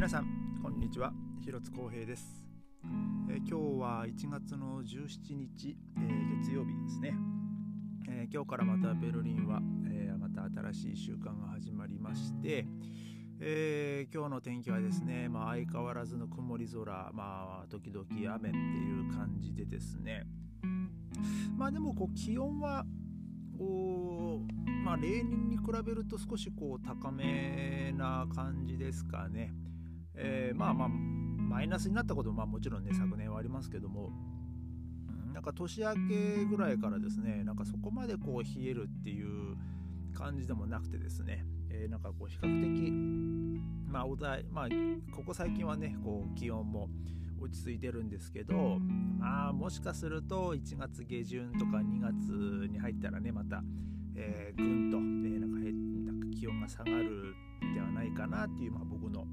皆さんこんにちは、広津光平です。今日は1月の17日、月曜日ですね。今日からまたベルリンは、また新しい週間が始まりまして、今日の天気はですね、相変わらずの曇り空、時々雨っていう感じでですね、でも気温は例年に比べると少し高めな感じですかね。マイナスになったことももちろんね昨年はありますけども、年明けぐらいからですね、そこまで冷えるっていう感じでもなくてですね、比較的ここ最近はね気温も落ち着いてるんですけど、もしかすると1月下旬とか2月に入ったらねまた、ぐんと、気温が下がるんではないかなっていう僕の、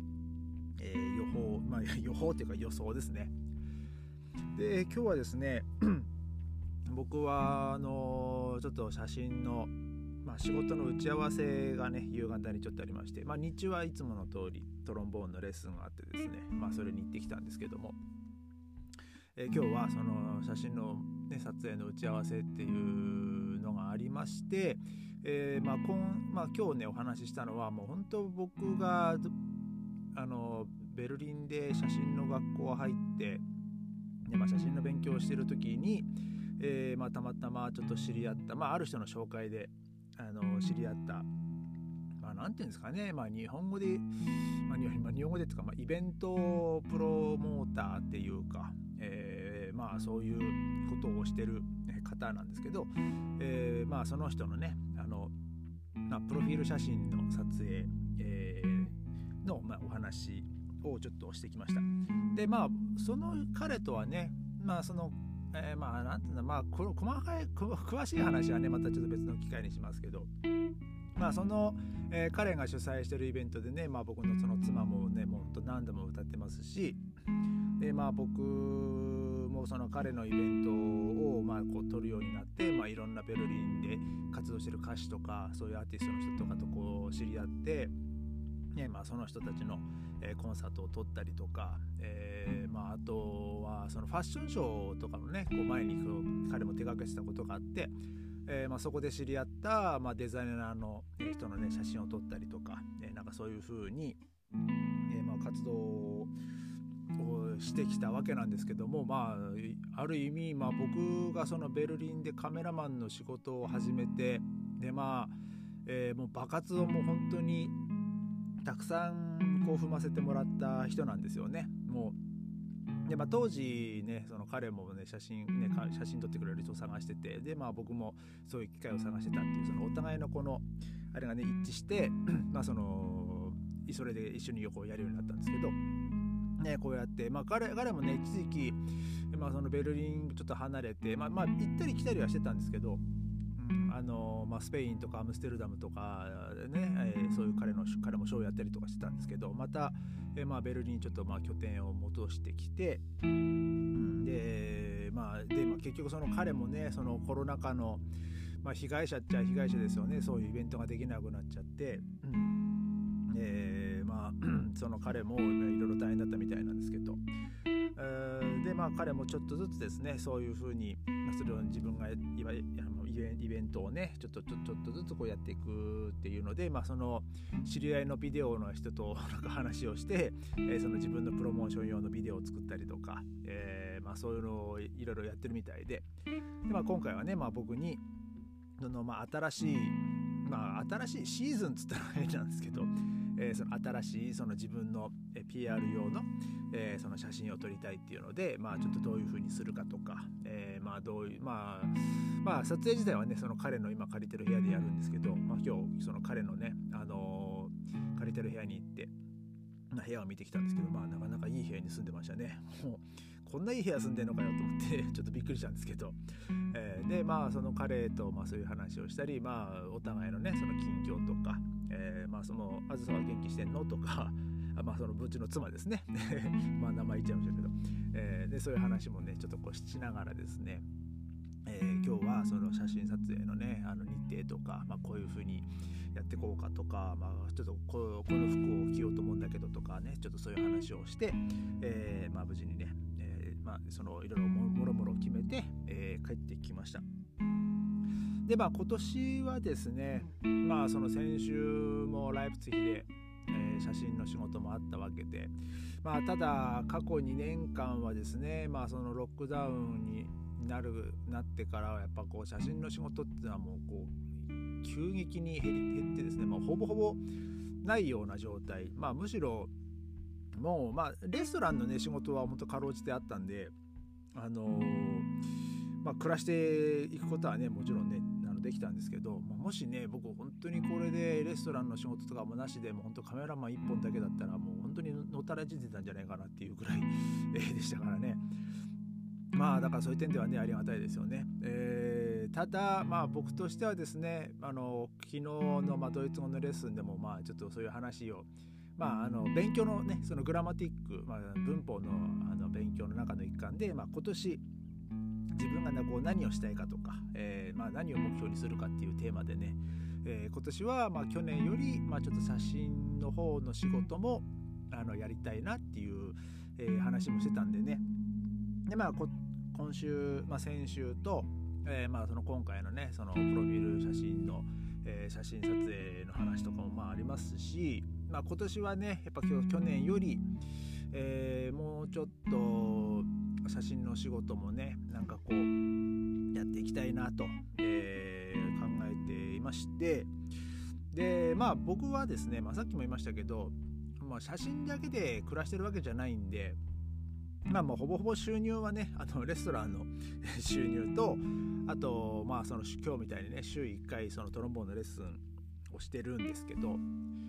予報というか予想ですね。で今日はですね僕はちょっと写真の、仕事の打ち合わせがね夕方にちょっとありまして、日中はいつもの通りトロンボーンのレッスンがあってですね、それに行ってきたんですけども、今日はその写真の、撮影の打ち合わせっていうのがありまして、今日ねお話ししたのはもう本当僕がベルリンで写真の学校入ってで、写真の勉強をしている時に、たまたまちょっと知り合った、ある人の紹介で知り合ったなんていうんですかね、日本語で、日本語でっていうか、イベントプロモーターっていうか、そういうことをしてる方なんですけど、その人のねプロフィール写真の撮影、の、お話をちょっとしてきました。でその彼とはねなんていうの細かい詳しい話はねまたちょっと別の機会にしますけど、その、彼が主催しているイベントでね、僕のその妻もねもう何度も歌ってますし、で僕もその彼のイベントを撮るようになって、いろんなベルリンで活動している歌手とかそういうアーティストの人とかと知り合って、その人たちの、コンサートを撮ったりとか、あとはそのファッションショーとかのね前に彼も手掛けてたことがあって、そこで知り合った、デザイナーの人のね写真を撮ったりとか、そういう風に、活動をしてきたわけなんですけども、ある意味、僕がそのベルリンでカメラマンの仕事を始めてでもう場活をもう本当にたくさん踏ませてもらった人なんですよね。もうで、当時ねその彼もね写真撮ってくれる人を探してて、で僕もそういう機会を探してたっていう、そのお互いのあれがね一致してそれで一緒に旅行をやるようになったんですけどね、こうやって、彼もね一時期、そのベルリンちょっと離れて、行ったり来たりはしてたんですけど、スペインとかアムステルダムとかね、そういう彼もショーをやったりとかしてたんですけど、また、ベルリンにちょっと拠点を戻してきて、で結局その彼もねそのコロナ禍の、被害者っちゃ被害者ですよね。そういうイベントができなくなっちゃって、その彼もいろいろ大変だったみたいなんですけど、で彼もちょっとずつですねそういう風に、それを自分がイベントをねちょっとずつやっていくっていうので、その知り合いのビデオの人と話をして、その自分のプロモーション用のビデオを作ったりとか、そういうのをいろいろやってるみたいで、今回はね、僕にその新しいシーズンっつったら変なんですけど、その新しいその自分の PR 用の、その写真を撮りたいっていうので、ちょっとどういう風にするかとか、どういう撮影自体はねその彼の今借りてる部屋でやるんですけど、今日その彼のね、借りてる部屋に行って部屋を見てきたんですけど、なかなかいい部屋に住んでましたね。もうこんないい部屋住んでんのかよと思ってちょっとびっくりしたんですけど、でその彼とそういう話をしたり、お互いのねその近況とか、そのあずさは元気してんのとかそのうちの妻ですね名前言っちゃいましたけど、でそういう話もねちょっとしながらですね、 今日はその写真撮影のね日程とか、こういう風にやっていこうかとか、ちょっとこの服を着ようと思うんだけどとかね、ちょっとそういう話をして、無事にね、そのいろいろもろもろ決めて、帰ってきました。で今年はですね、その先週もライプツィヒで、写真の仕事もあったわけで、ただ過去2年間はですね、そのロックダウンになってからはやっぱこう写真の仕事っていうのはもうこう急激に減ってですね、ほぼほぼないような状態、むしろもうレストランのね仕事は本当かろうじてあったんで、暮らしていくことはねもちろんねできたんですけど、もしね僕本当にこれでレストランの仕事とかもなしでも本当カメラマン1本だけだったらもう本当にのたらじてたんじゃないかなっていうくらいでしたからね。だからそういう点ではねありがたいですよね。ただ僕としてはですね、昨日のドイツ語のレッスンでもちょっとそういう話を勉強のねそのグラマティック、文法の勉強の中の一環で、今年自分がこう何をしたいかとか、何を目標にするかっていうテーマでね、今年は去年よりちょっと写真の方の仕事もやりたいなっていう、話もしてたんでね。で今週、先週と、その今回のねそのプロフィール写真の、写真撮影の話とかもありますし、今年はねやっぱ去年より、もうちょっと写真の仕事もねこうやっていきたいなと、考えていまして、で僕はですね、さっきも言いましたけど、写真だけで暮らしてるわけじゃないんで、もうほぼほぼ収入はねレストランの収入と、あとその今日みたいにね週1回そのトロンボーンのレッスンをしてるんですけど、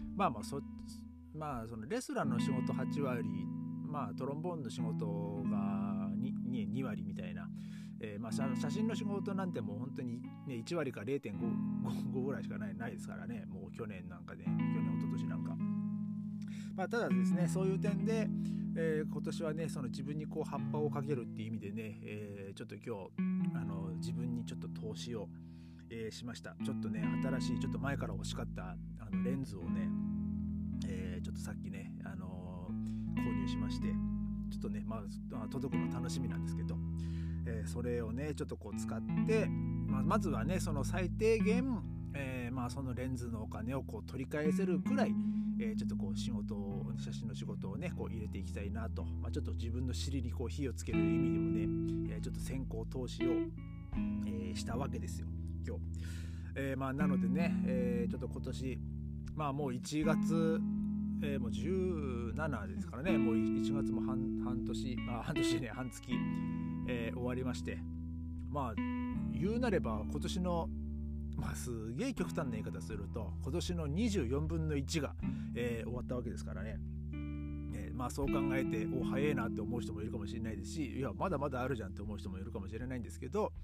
そのレストランの仕事8割、トロンボーンの仕事が 2割みたいな、写真の仕事なんてもう本当に、ね、1割か 0.5 ぐらいしかないですからね。もう去年一昨年なんか、ただですねそういう点で、今年はねその自分にこう葉っぱをかけるっていう意味でね、ちょっと今日自分にちょっと投資を、しました。ちょっとね新しいちょっと前から欲しかったレンズをね、ちょっとさっきね、購入しまして、ちょっとね、届くの楽しみなんですけど、それをねちょっとこう使って、まずはねその最低限、そのレンズのお金をこう取り返せるくらい、ちょっとこう写真の仕事をねこう入れていきたいなと、ちょっと自分の尻にこう火をつける意味でもね、ちょっと先行投資を、したわけですよ今日。なのでね、ちょっと今年もう1月、もう17ですからね、もう1月も半年ね半月、終わりまして、言うなれば今年のすげえ極端な言い方すると今年の24分の1が、終わったわけですからね。そう考えて早いなって思う人もいるかもしれないですし、いやまだまだあるじゃんって思う人もいるかもしれないんですけど、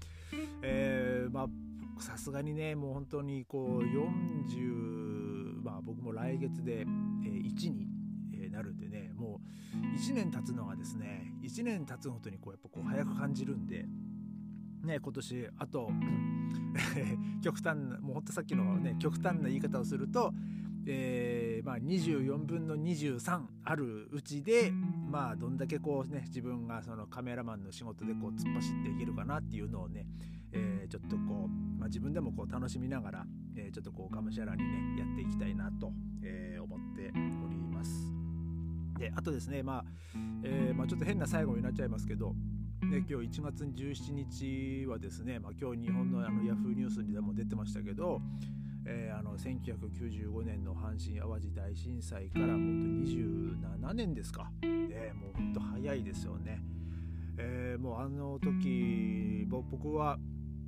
さすがにねもう本当にこう40、僕も来月で、1になるんでね、もう1年経つのがですね1年経つごとにこうやっぱこう早く感じるんでね、今年あと極端なもうほんとさっきのね極端な言い方をすると、24分の23あるうちでどんだけこうね自分がそのカメラマンの仕事でこう突っ走っていけるかなっていうのをね、ちょっとこう、自分でもこう楽しみながら、ちょっとこうがむしゃらにねやっていきたいなと、思っております。であとですねちょっと変な最後になっちゃいますけど、今日1月17日はですね、今日日本のヤフーニュースにでも出てましたけど、1995年の阪神・淡路大震災からもう27年ですか。もうほんと早いですよね。もうあの時僕は、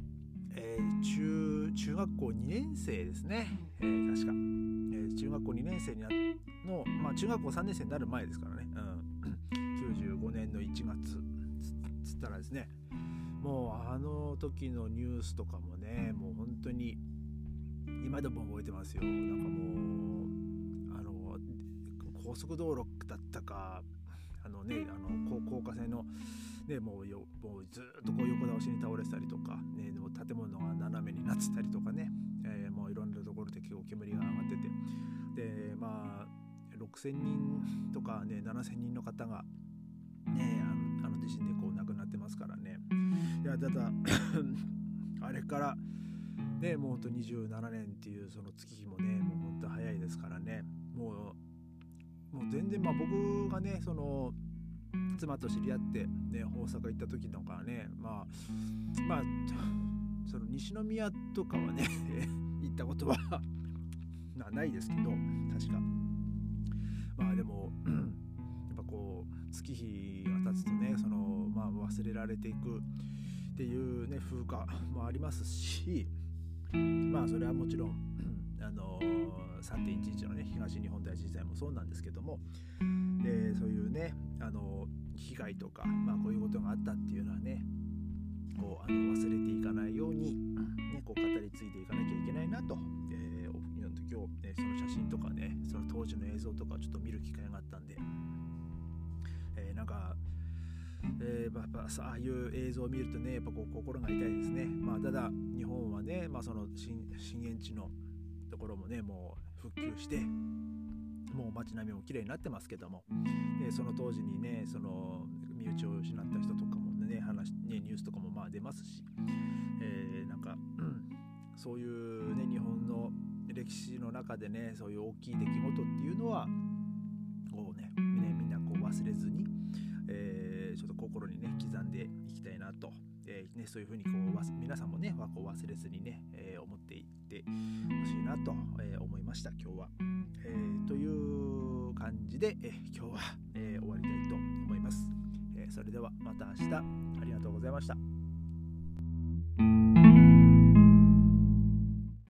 中学校2年生ですね、確か、中学校2年生にの、中学校3年生になる前ですからね、95年の1月つったらですね、もうあの時のニュースとかもねもう本当に今でも覚えてますよ。なんかもう高速道路だったか高架線のもうずっとこう横倒しに倒れてたりとか、ね、でも建物が斜めになってたりとかね、もういろんなところで結構煙が上がってて、で6000人とかね7000人の方がねあの地震でこう亡くなってますからね。いやただあれからねもうほんと27年っていうその月日もねもうほんと早いですからね。もう全然僕がねその妻と知り合ってね大阪行った時なんかはねその西宮とかはね行ったことはないですけど、確かでもやっぱこう月日が経つとねその忘れられていくっていうね風化もありますし、それはもちろん3.11 のね東日本大震災もそうなんですけども、そういうね被害とかこういうことがあったっていうのはねこう忘れていかないように、ね、こう語り継いでいかなきゃいけないなと、今日、その写真とかねその当時の映像とかをちょっと見る機会があったんで、ああいう映像を見るとねやっぱこう心が痛いですね。ただ日本はね、その震源地のところもねもう復旧してもう街並みも綺麗になってますけども、その当時にねその身内を失った人とかもねニュースとかも出ますし、そういうね日本の歴史の中でねそういう大きい出来事っていうのはこうねみんなこう忘れずに、ちょっと心にね刻んでいきたいなと、そういうふうにこう皆さんもねこう忘れずにね、思っていってほしいなと、思いました今日は、という感じで、今日は、終わりたいと思います。それではまた明日、ありがとうございました。